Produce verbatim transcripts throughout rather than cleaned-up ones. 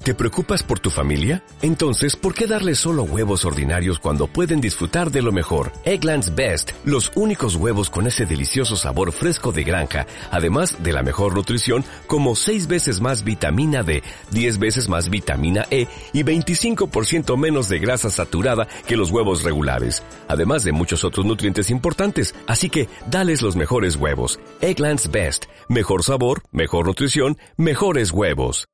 ¿Te preocupas por tu familia? Entonces, ¿por qué darles solo huevos ordinarios cuando pueden disfrutar de lo mejor? Eggland's Best, los únicos huevos con ese delicioso sabor fresco de granja, además de la mejor nutrición, como seis veces más vitamina D, diez veces más vitamina E y veinticinco por ciento menos de grasa saturada que los huevos regulares, además de muchos otros nutrientes importantes. Así que, dales los mejores huevos. Eggland's Best, mejor sabor, mejor nutrición, mejores huevos.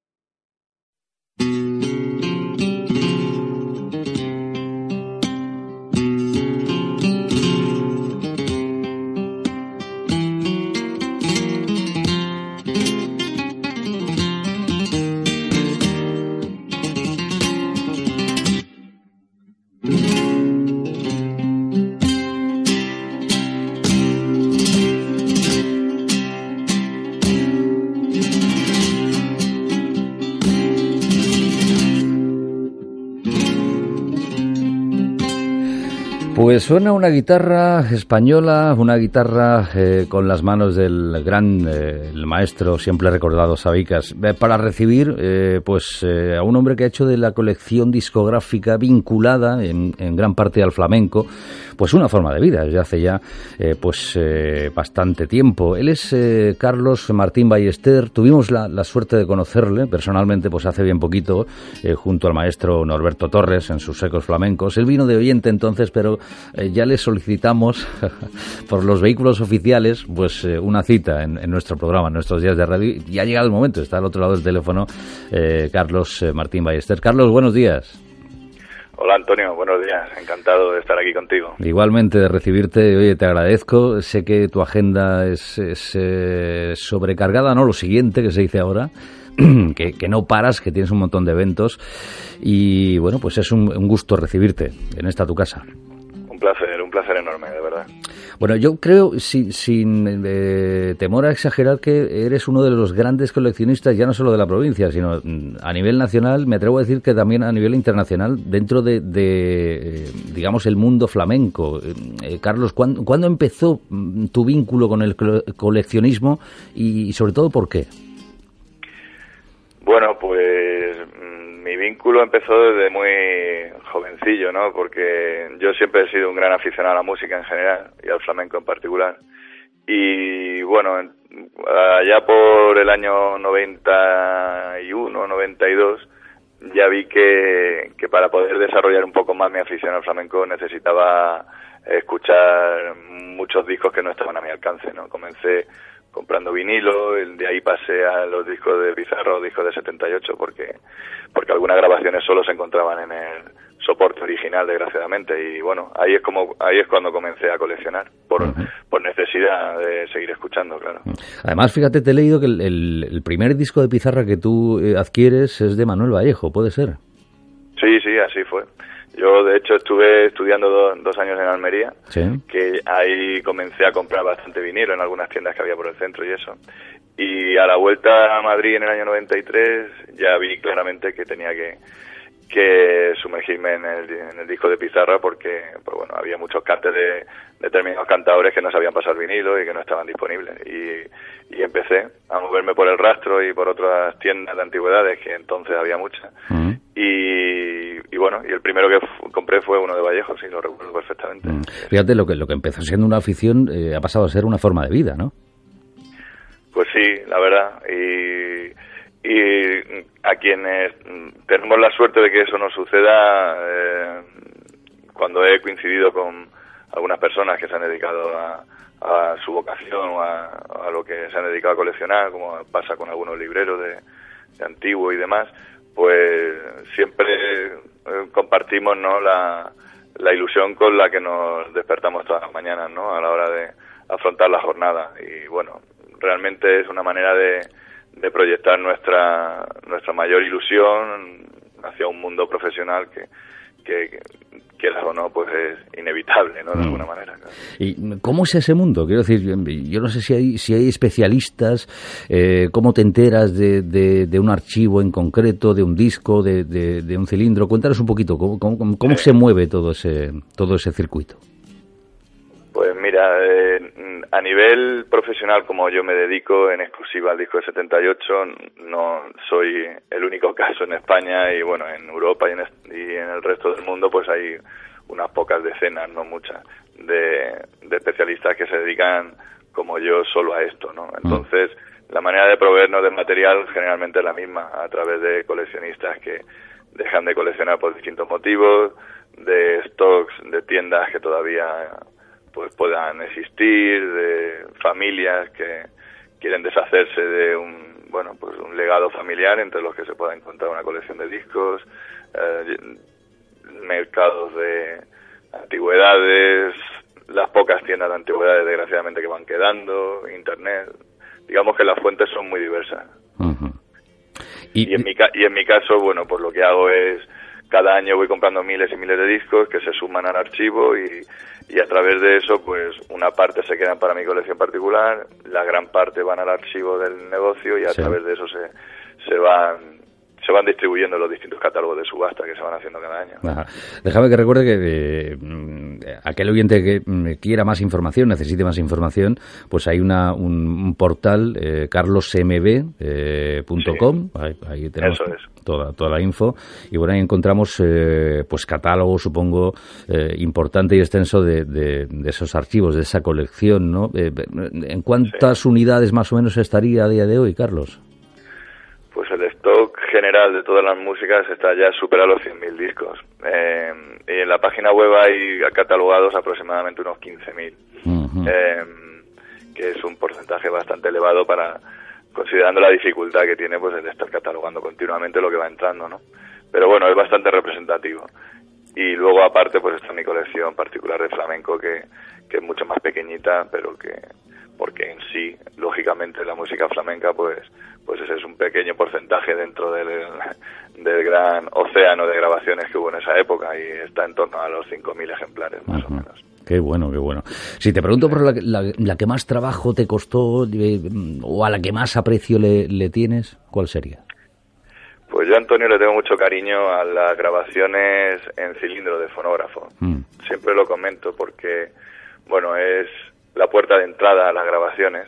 Pues suena una guitarra española, una guitarra eh, con las manos del gran eh, el maestro siempre recordado Sabicas, eh, para recibir eh, pues eh, a un hombre que ha hecho de la colección discográfica vinculada en, en gran parte al flamenco, pues una forma de vida desde hace ya eh, pues eh, bastante tiempo. Él es eh, Carlos Martín Ballester. Tuvimos la, la suerte de conocerle personalmente pues hace bien poquito eh, junto al maestro Norberto Torres en sus Ecos Flamencos. Él vino de oyente entonces, pero eh, ya le solicitamos por los vehículos oficiales pues eh, una cita en, en nuestro programa, en nuestros días de radio, y ha llegado el momento. Está al otro lado del teléfono eh, Carlos eh, Martín Ballester. Carlos, buenos días. Hola Antonio, buenos días, encantado de estar aquí contigo. Igualmente de recibirte, oye, te agradezco, sé que tu agenda es, es eh, sobrecargada, ¿no? Lo siguiente que se dice ahora, que, que no paras, que tienes un montón de eventos y bueno, pues es un, un gusto recibirte en esta tu casa. Un placer, un placer enorme, de verdad. Bueno, yo creo, sin, sin eh, temor a exagerar, que eres uno de los grandes coleccionistas, ya no solo de la provincia, sino a nivel nacional, me atrevo a decir que también a nivel internacional, dentro de, de eh, digamos, el mundo flamenco. Eh, Carlos, ¿cuándo, ¿cuándo empezó tu vínculo con el coleccionismo y, y sobre todo, por qué? Bueno, pues mi vínculo empezó desde muy jovencillo, ¿no? Porque yo siempre he sido un gran aficionado a la música en general y al flamenco en particular. Y bueno, allá por el año noventa y uno, noventa y dos, ya vi que, que para poder desarrollar un poco más mi afición al flamenco necesitaba escuchar muchos discos que no estaban a mi alcance, ¿no? Comencé comprando vinilo, de ahí pasé a los discos de Pizarro, discos de setenta y ocho, porque porque algunas grabaciones solo se encontraban en el soporte original, desgraciadamente, y bueno, ahí es como ahí es cuando comencé a coleccionar, por, uh-huh. por necesidad de seguir escuchando, claro. Además, fíjate, te he leído que el, el, el primer disco de Pizarra que tú eh, adquieres es de Manuel Vallejo, ¿puede ser? Sí, sí, así fue. Yo, de hecho, estuve estudiando do, dos años en Almería, ¿sí? Que ahí comencé a comprar bastante vinilo en algunas tiendas que había por el centro y eso. Y a la vuelta a Madrid en el año noventa y tres ya vi claramente que tenía que, que sumergirme en el, en el disco de Pizarra porque, pues bueno, había muchos cartes de determinados cantadores que no sabían pasar vinilo y que no estaban disponibles. Y, y empecé a moverme por el rastro y por otras tiendas de antigüedades, que entonces había muchas. Uh-huh. Y, y bueno, y el primero que f- compré fue uno de Vallejo, sí, lo recuerdo perfectamente. Uh-huh. Fíjate, lo que, lo que empezó siendo una afición eh, ha pasado a ser una forma de vida, ¿no? Pues sí, la verdad. Y... Y a quienes tenemos la suerte de que eso nos suceda, eh, cuando he coincidido con algunas personas que se han dedicado a, a su vocación o a, a lo que se han dedicado a coleccionar, como pasa con algunos libreros de, de antiguo y demás, pues siempre eh, compartimos, ¿no?, la, la ilusión con la que nos despertamos todas las mañanas, ¿no?, a la hora de afrontar la jornada. Y bueno, realmente es una manera de de proyectar nuestra nuestra mayor ilusión hacia un mundo profesional que, que, que o no, pues es inevitable, ¿no?, de alguna manera. Claro. ¿Y cómo es ese mundo? Quiero decir, yo no sé si hay si hay especialistas, eh, ¿cómo te enteras de, de, de un archivo en concreto, de un disco, de, de, de un cilindro? Cuéntanos un poquito, ¿cómo, cómo, cómo sí. se mueve todo ese todo ese circuito? Pues mira, eh, a nivel profesional, como yo me dedico en exclusiva al disco de setenta y ocho, no soy el único caso en España, y bueno, en Europa y en, y en el resto del mundo pues hay unas pocas decenas, no muchas, de, de especialistas que se dedican como yo solo a esto, ¿no? Entonces, la manera de proveernos de material generalmente es la misma, a través de coleccionistas que dejan de coleccionar por distintos motivos, de stocks de tiendas que todavía pues puedan existir, de familias que quieren deshacerse de un bueno pues un legado familiar entre los que se pueda encontrar una colección de discos, eh, mercados de antigüedades, las pocas tiendas de antigüedades desgraciadamente que van quedando, internet. Digamos que las fuentes son muy diversas. Uh-huh. y, y en mi y en mi caso, bueno, pues lo que hago es cada año voy comprando miles y miles de discos que se suman al archivo, y, y a través de eso, pues una parte se quedan para mi colección particular, la gran parte van al archivo del negocio, y a sí. través de eso se, se van se van distribuyendo los distintos catálogos de subasta que se van haciendo cada año. Ajá. Déjame que recuerde que eh, aquel oyente que eh, quiera más información, necesite más información, pues hay una un, un portal, eh, carlos m b punto com, eh, ahí, ahí tenemos eso es. toda toda la info, y bueno, ahí encontramos eh, pues catálogo, supongo, eh, importante y extenso de, de, de esos archivos, de esa colección, ¿no? Eh, ¿En cuántas sí. unidades más o menos estaría a día de hoy, Carlos? Pues el stock general de todas las músicas está ya supera los cien mil discos. Eh, y en la página web hay catalogados aproximadamente unos quince mil, uh-huh. eh, que es un porcentaje bastante elevado para considerando la dificultad que tiene pues el estar catalogando continuamente lo que va entrando, ¿no? Pero bueno, es bastante representativo. Y luego aparte pues está mi colección particular de flamenco que, que es mucho más pequeñita, pero que porque en sí, lógicamente, la música flamenca pues pues ese es un pequeño porcentaje dentro del, del gran océano de grabaciones que hubo en esa época, y está en torno a los cinco mil ejemplares más uh-huh. o menos. Qué bueno, qué bueno. Si te pregunto por la, la, la que más trabajo te costó eh, o a la que más aprecio le, le tienes, ¿cuál sería? Pues yo, Antonio, le tengo mucho cariño a las grabaciones en cilindro de fonógrafo. Mm. Siempre lo comento porque, bueno, es la puerta de entrada a las grabaciones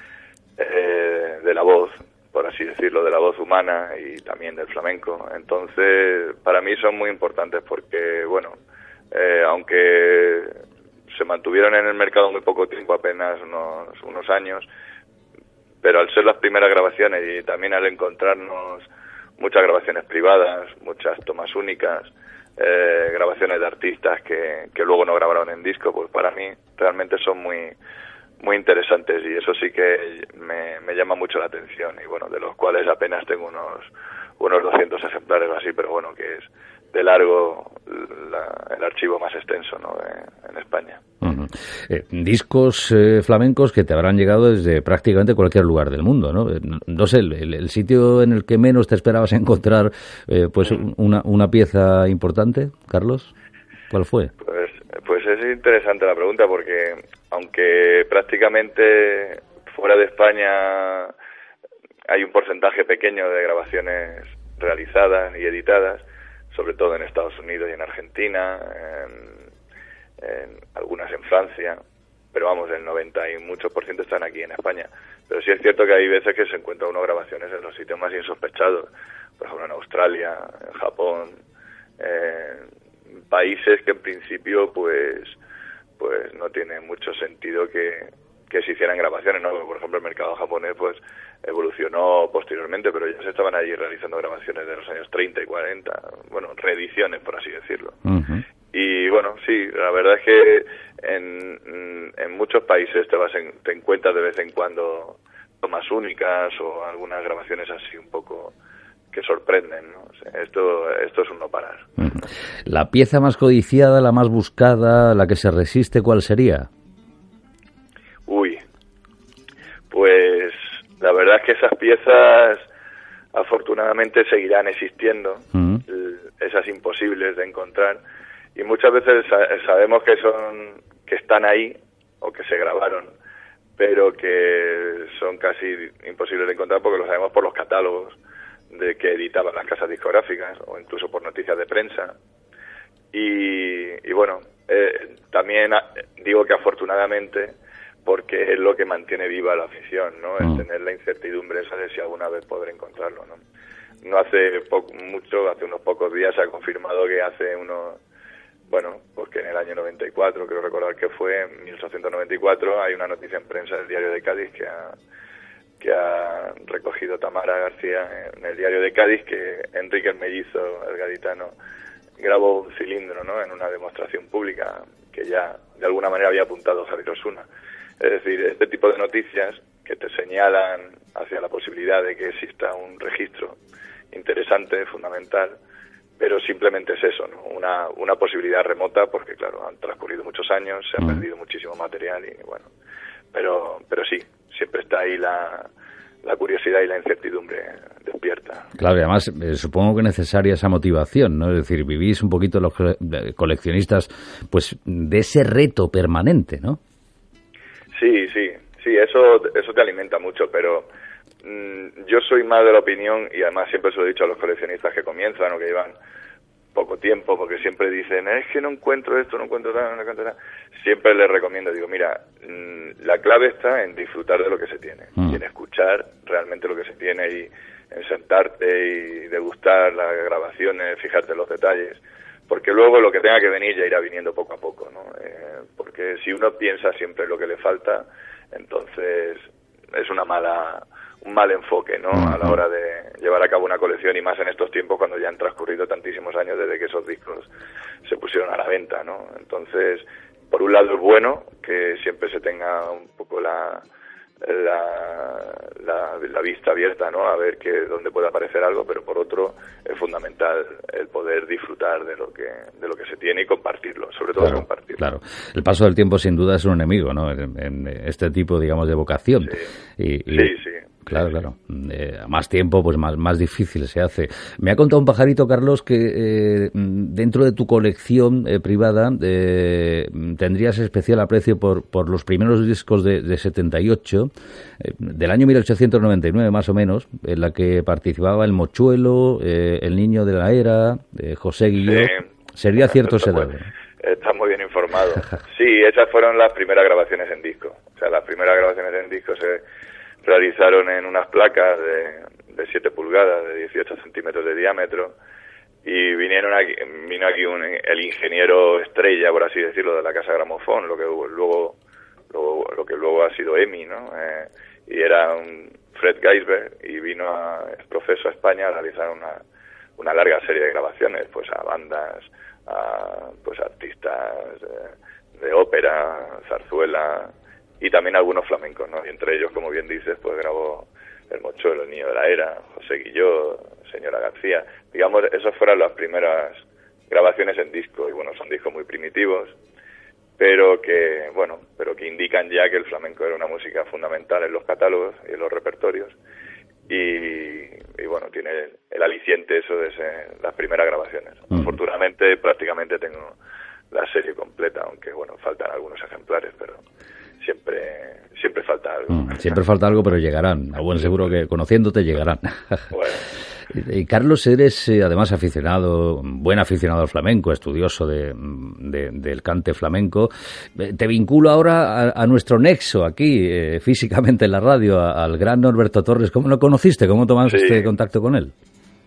eh, de la voz, por así decirlo, de la voz humana y también del flamenco. Entonces, para mí son muy importantes porque, bueno, eh, aunque se mantuvieron en el mercado muy poco tiempo, apenas unos, unos años, pero al ser las primeras grabaciones y también al encontrarnos muchas grabaciones privadas, muchas tomas únicas, eh, grabaciones de artistas que, que luego no grabaron en disco, pues para mí realmente son muy muy interesantes, y eso sí que me, me llama mucho la atención, y bueno, de los cuales apenas tengo unos unos doscientos ejemplares o así, pero bueno, que es de largo la, el archivo más extenso, ¿no?, de, en España. Uh-huh. Eh, discos eh, flamencos que te habrán llegado desde prácticamente cualquier lugar del mundo, ¿no? No, no sé, el, el sitio en el que menos te esperabas encontrar eh, pues uh-huh. una, una pieza importante, Carlos, ¿cuál fue? Pues, pues es interesante la pregunta, porque aunque prácticamente fuera de España hay un porcentaje pequeño de grabaciones realizadas y editadas, sobre todo en Estados Unidos y en Argentina, en, en algunas en Francia, pero vamos, el noventa y muchos por ciento están aquí en España. Pero sí es cierto que hay veces que se encuentran unas grabaciones en los sitios más insospechados, por ejemplo en Australia, en Japón, en países que en principio pues pues no tiene mucho sentido que, que se hicieran grabaciones, ¿no? Por ejemplo, el mercado japonés pues evolucionó posteriormente, pero ya se estaban allí realizando grabaciones de los años treinta y cuarenta, bueno, reediciones, por así decirlo. Uh-huh. Y bueno, sí, la verdad es que en, en muchos países te vas en, te encuentras de vez en cuando tomas únicas o algunas grabaciones así un poco que sorprenden, ¿no? O sea, esto, esto es un no parar. Uh-huh. La pieza más codiciada, la más buscada, la que se resiste, ¿cuál sería? Uy, pues la verdad es que esas piezas afortunadamente seguirán existiendo, uh-huh. esas imposibles de encontrar, y muchas veces sabemos que son que están ahí o que se grabaron, pero que son casi imposibles de encontrar porque lo sabemos por los catálogos de que editaban las casas discográficas o incluso por noticias de prensa. Y, y bueno, eh, también digo que afortunadamente, porque es lo que mantiene viva la afición, ¿no? El tener la incertidumbre esa de si alguna vez podré encontrarlo, ¿no? No hace poco, mucho, hace unos pocos días se ha confirmado que hace unos, bueno, pues que en el año noventa y cuatro, creo recordar que fue, en mil ochocientos noventa y cuatro, hay una noticia en prensa del Diario de Cádiz que ha, que ha recogido Tamara García en el Diario de Cádiz, que Enrique el Mellizo, el gaditano, grabó un cilindro, ¿no?, en una demostración pública que ya de alguna manera había apuntado Javier Osuna. Es decir, este tipo de noticias que te señalan hacia la posibilidad de que exista un registro interesante, fundamental, pero simplemente es eso, ¿no? Una, una posibilidad remota, porque claro, han transcurrido muchos años, se ha mm. perdido muchísimo material y bueno, pero pero sí, siempre está ahí la, la curiosidad y la incertidumbre despierta. Claro, y además eh, supongo que necesaria esa motivación, ¿no? Es decir, vivís un poquito los coleccionistas, pues, de ese reto permanente, ¿no? Sí, sí, sí, eso, eso te alimenta mucho, pero mmm, yo soy más de la opinión, y además siempre se lo he dicho a los coleccionistas que comienzan o que llevan poco tiempo, porque siempre dicen, es que no encuentro esto, no encuentro nada, no encuentro nada. Siempre les recomiendo, digo, mira, mmm, la clave está en disfrutar de lo que se tiene, mm. y en escuchar realmente lo que se tiene, y en sentarte y degustar las grabaciones, fijarte en los detalles, porque luego lo que tenga que venir ya irá viniendo poco a poco, ¿no? Eh, porque si uno piensa siempre en lo que le falta, entonces es una mala un mal enfoque, ¿no?, a la hora de llevar a cabo una colección, y más en estos tiempos cuando ya han transcurrido tantísimos años desde que esos discos se pusieron a la venta, ¿no? Entonces, por un lado es bueno que siempre se tenga un poco la La, la, la vista abierta, ¿no?, a ver que dónde puede aparecer algo, pero por otro es fundamental el poder disfrutar de lo que de lo que se tiene y compartirlo, sobre todo claro, compartirlo. Claro, el paso del tiempo sin duda es un enemigo, ¿no?, en, en este tipo, digamos, de vocación. Sí, y, y, sí, sí. Claro, claro. Eh, más tiempo, pues más, más difícil se hace. Me ha contado un pajarito, Carlos, que eh, dentro de tu colección eh, privada eh, tendrías especial aprecio por, por los primeros discos de, de setenta y ocho, eh, del año mil ochocientos noventa y nueve más o menos, en la que participaba El Mochuelo, eh, El Niño de la Era, eh, José Guilló. Sí. Sería cierto ese dato. Estás muy bien informado. Sí, esas fueron las primeras grabaciones en disco. O sea, las primeras grabaciones en disco se realizaron en unas placas de, de siete pulgadas, de dieciocho centímetros de diámetro, y vinieron aquí, vino aquí un, el ingeniero estrella, por así decirlo, de la Casa Gramofón, lo que luego, luego lo que luego ha sido EMI, ¿no? Eh, y era un Fred Geisberg, y vino a, el profesor a España a realizar una, una larga serie de grabaciones, pues a bandas, a pues artistas de, de ópera, zarzuela, y también algunos flamencos, ¿no? Y entre ellos, como bien dices, pues grabó El Mochuelo, El Niño de la Era, José Guilló, Señora García. Digamos, esas fueron las primeras grabaciones en disco, y bueno, son discos muy primitivos, pero que, bueno, pero que indican ya que el flamenco era una música fundamental en los catálogos y en los repertorios, y, y bueno, tiene el, el aliciente eso de ese, las primeras grabaciones. Mm. Afortunadamente, prácticamente tengo la serie completa, aunque, bueno, faltan algunos ejemplares, pero siempre siempre falta algo. Mm, siempre falta algo, pero llegarán. A buen seguro que conociéndote llegarán. Bueno. Y Carlos, eres eh, además aficionado, buen aficionado al flamenco, estudioso de, de, del cante flamenco. Te vinculo ahora a, a nuestro nexo aquí, eh, físicamente en la radio, a, al gran Norberto Torres. ¿Cómo lo conociste? ¿Cómo tomaste sí. contacto con él?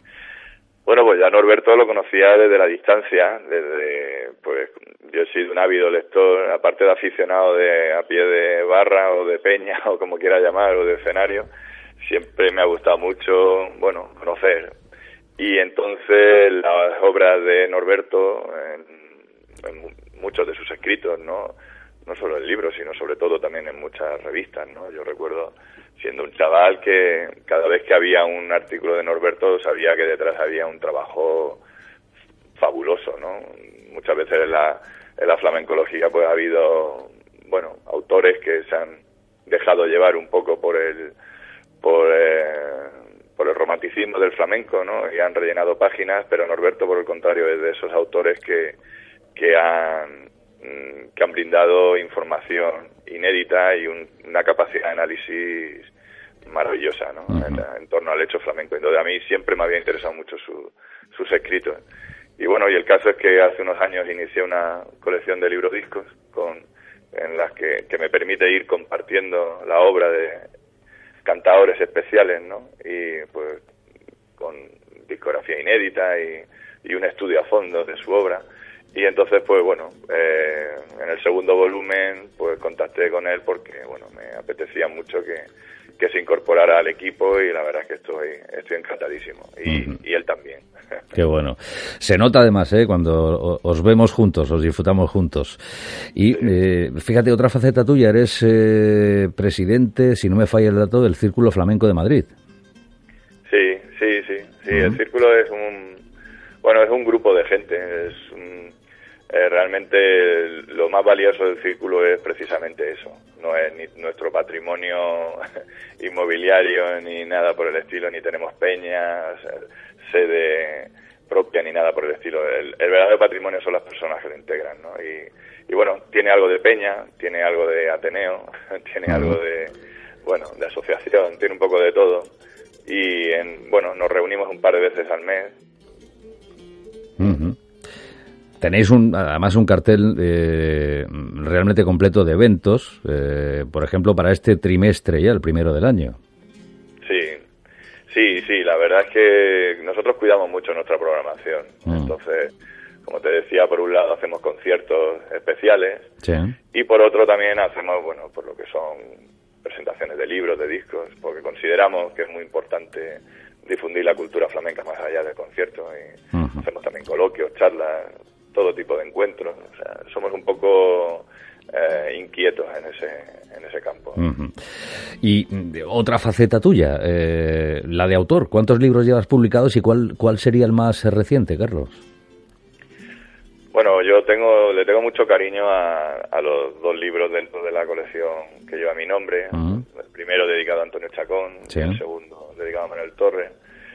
Bueno, pues ya Norberto lo conocía desde la distancia, desde, pues yo he sido un ávido lector, aparte de aficionado de a pie de barra o de peña o como quiera llamar, o de escenario, siempre me ha gustado mucho, bueno, conocer. Y entonces las obras de Norberto, en, en muchos de sus escritos, ¿no?, no solo en libros, sino sobre todo también en muchas revistas, ¿no? Yo recuerdo siendo un chaval que cada vez que había un artículo de Norberto sabía que detrás había un trabajo fabuloso, ¿no? Muchas veces en la, en la flamencología pues ha habido, bueno, autores que se han dejado llevar un poco por el por eh, por el romanticismo del flamenco, ¿no?, y han rellenado páginas, pero Norberto, por el contrario, es de esos autores que que han que han brindado información inédita y un, una capacidad de análisis maravillosa, ¿no?, uh-huh. en, en torno al hecho flamenco. Entonces a mí siempre me había interesado mucho su, sus escritos. y bueno, y el caso es que hace unos años inicié una colección de libros discos con, en las que, que me permite ir compartiendo la obra de cantaores especiales, ¿no? Y pues con discografía inédita y, y un estudio a fondo de su obra. Y entonces, pues bueno, eh, en el segundo volumen, pues contacté con él porque, bueno, me apetecía mucho que, que se incorporara al equipo y la verdad es que estoy, estoy encantadísimo. Y, uh-huh. y él también. Qué bueno. Se nota además, ¿eh? Cuando os vemos juntos, os disfrutamos juntos. Y sí. eh, fíjate, otra faceta tuya, eres eh, presidente, si no me falla el dato, del Círculo Flamenco de Madrid. Sí, sí, sí. sí. Uh-huh. El Círculo es un, bueno, es un grupo de gente, es un, Eh, realmente lo más valioso del Círculo es precisamente eso, no es ni nuestro patrimonio inmobiliario ni nada por el estilo, ni tenemos peñas, sede propia ni nada por el estilo. El, el verdadero patrimonio son las personas que lo integran, ¿no? Y, y bueno, tiene algo de peña, tiene algo de Ateneo, tiene uh-huh. algo de, bueno, de asociación, tiene un poco de todo. Y en, bueno, nos reunimos un par de veces al mes. Uh-huh. Tenéis un, además un cartel eh, realmente completo de eventos, eh, por ejemplo, para este trimestre ya, el primero del año. Sí, sí, sí, la verdad es que nosotros cuidamos mucho nuestra programación. Mm. Entonces, como te decía, por un lado hacemos conciertos especiales sí. y por otro también hacemos, bueno, por lo que son presentaciones de libros, de discos, porque consideramos que es muy importante difundir la cultura flamenca más allá del concierto. Y uh-huh. hacemos también coloquios, charlas, todo tipo de encuentros, o sea, somos un poco eh, inquietos en ese en ese campo. Uh-huh. Y otra faceta tuya, eh, la de autor. ¿Cuántos libros llevas publicados y cuál cuál sería el más reciente, Carlos? Bueno, yo tengo le tengo mucho cariño a, a los dos libros dentro de la colección que lleva mi nombre. Uh-huh. El primero dedicado a Antonio Chacón, sí. y el segundo dedicado a Manuel Torres.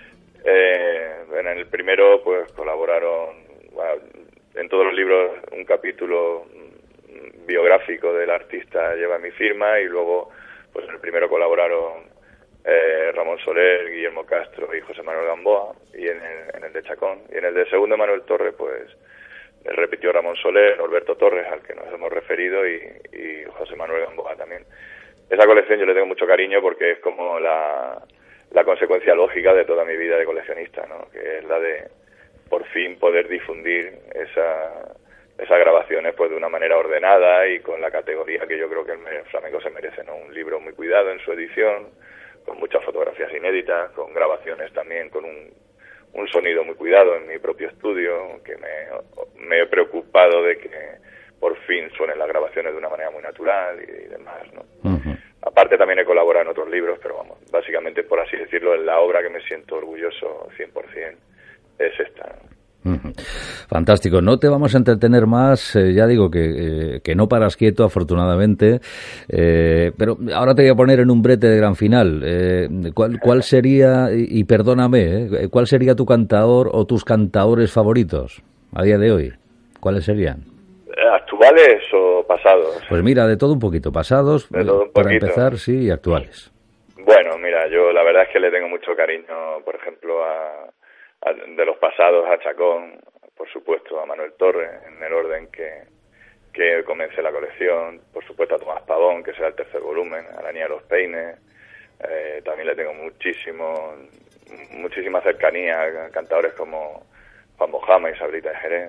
Eh, en el primero, pues colaboraron, bueno, en todos los libros un capítulo biográfico del artista lleva mi firma y luego pues en el primero colaboraron eh, Ramón Soler, Guillermo Castro y José Manuel Gamboa y en el, en el de Chacón. Y en el de segundo Manuel Torres pues repitió Ramón Soler, Norberto Torres al que nos hemos referido y, y José Manuel Gamboa también. Esa colección yo le tengo mucho cariño porque es como la, la consecuencia lógica de toda mi vida de coleccionista, ¿no? Que es la de por fin poder difundir esa, esas grabaciones pues de una manera ordenada y con la categoría que yo creo que el flamenco se merece, ¿no? Un libro muy cuidado en su edición, con muchas fotografías inéditas, con grabaciones también, con un, un sonido muy cuidado en mi propio estudio, que me, me he preocupado de que por fin suenen las grabaciones de una manera muy natural y, y demás, ¿no? Uh-huh. Aparte también he colaborado en otros libros, pero vamos, básicamente por así decirlo, en la obra que me siento orgulloso cien por ciento es esta. Uh-huh. Fantástico. No te vamos a entretener más, eh, ya digo que, eh, que no paras quieto, afortunadamente, eh, pero ahora te voy a poner en un brete de gran final. Eh, ¿cuál, ¿Cuál sería, y, y perdóname, eh, cuál sería tu cantaor o tus cantaores favoritos a día de hoy? ¿Cuáles serían? ¿Actuales o pasados? Pues mira, de todo un poquito, pasados, de todo un para poquito. Empezar, sí, y actuales. Bueno, mira, yo la verdad es que le tengo mucho cariño, por ejemplo, a de los pasados a Chacón, por supuesto a Manuel Torres, en el orden que, que comencé la colección, por supuesto a Tomás Pavón, que será el tercer volumen, a la Niña de los Peines, eh, también le tengo muchísimo, muchísima cercanía a cantadores como Juan Bojama y Sabrita de Jerez,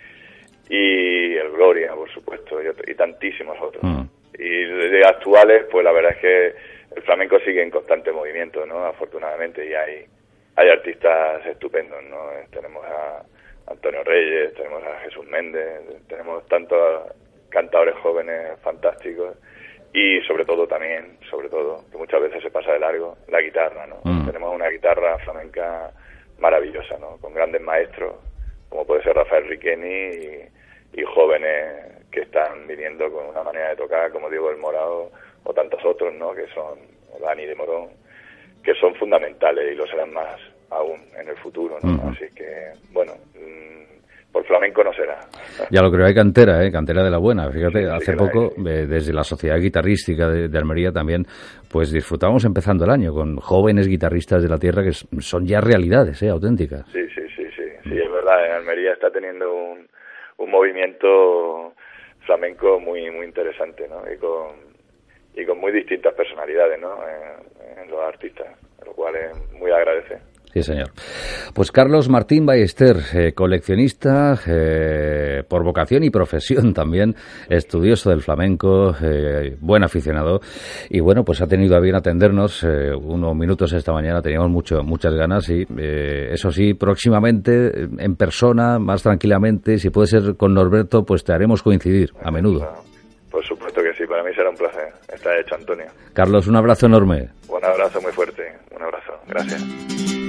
y el Gloria, por supuesto, y, otro, y tantísimos otros. Mm. Y de actuales, pues la verdad es que el flamenco sigue en constante movimiento, ¿no? Afortunadamente, y hay Hay artistas estupendos, ¿no? Tenemos a Antonio Reyes, tenemos a Jesús Méndez, tenemos tantos cantadores jóvenes fantásticos y sobre todo también, sobre todo, que muchas veces se pasa de largo, la guitarra, ¿no? Mm. Tenemos una guitarra flamenca maravillosa, ¿no? Con grandes maestros, como puede ser Rafael Riqueni y, y jóvenes que están viniendo con una manera de tocar, como Diego del Morado o tantos otros, ¿no? Que son Dani de Morón, que son fundamentales y lo serán más aún en el futuro, ¿no? Uh-huh. Así que, bueno, mmm, por flamenco no será. Ya lo creo, hay cantera, ¿eh? Cantera de la buena. Fíjate, sí, sí, hace poco, hay, sí. eh, desde la Sociedad Guitarrística de, de Almería también, pues disfrutábamos empezando el año con jóvenes guitarristas de la tierra que son ya realidades, ¿eh? Auténticas. Sí, sí, sí, sí. sí, sí, es verdad. En Almería está teniendo un, un movimiento flamenco muy muy interesante, ¿no? Y con y con muy distintas personalidades, ¿no? En, en los artistas, lo cual es muy agradece. Sí, señor. Pues Carlos Martín Ballester, eh, coleccionista eh, por vocación y profesión también, estudioso del flamenco, eh, buen aficionado, y bueno, pues ha tenido a bien atendernos eh, unos minutos esta mañana, teníamos mucho, muchas ganas, y eh, eso sí, próximamente, en persona, más tranquilamente, si puede ser con Norberto, pues te haremos coincidir a menudo. Claro. Por supuesto que sí, para mí será un placer. Está hecho, Antonio. Carlos, un abrazo enorme. Un abrazo muy fuerte, un abrazo. Gracias.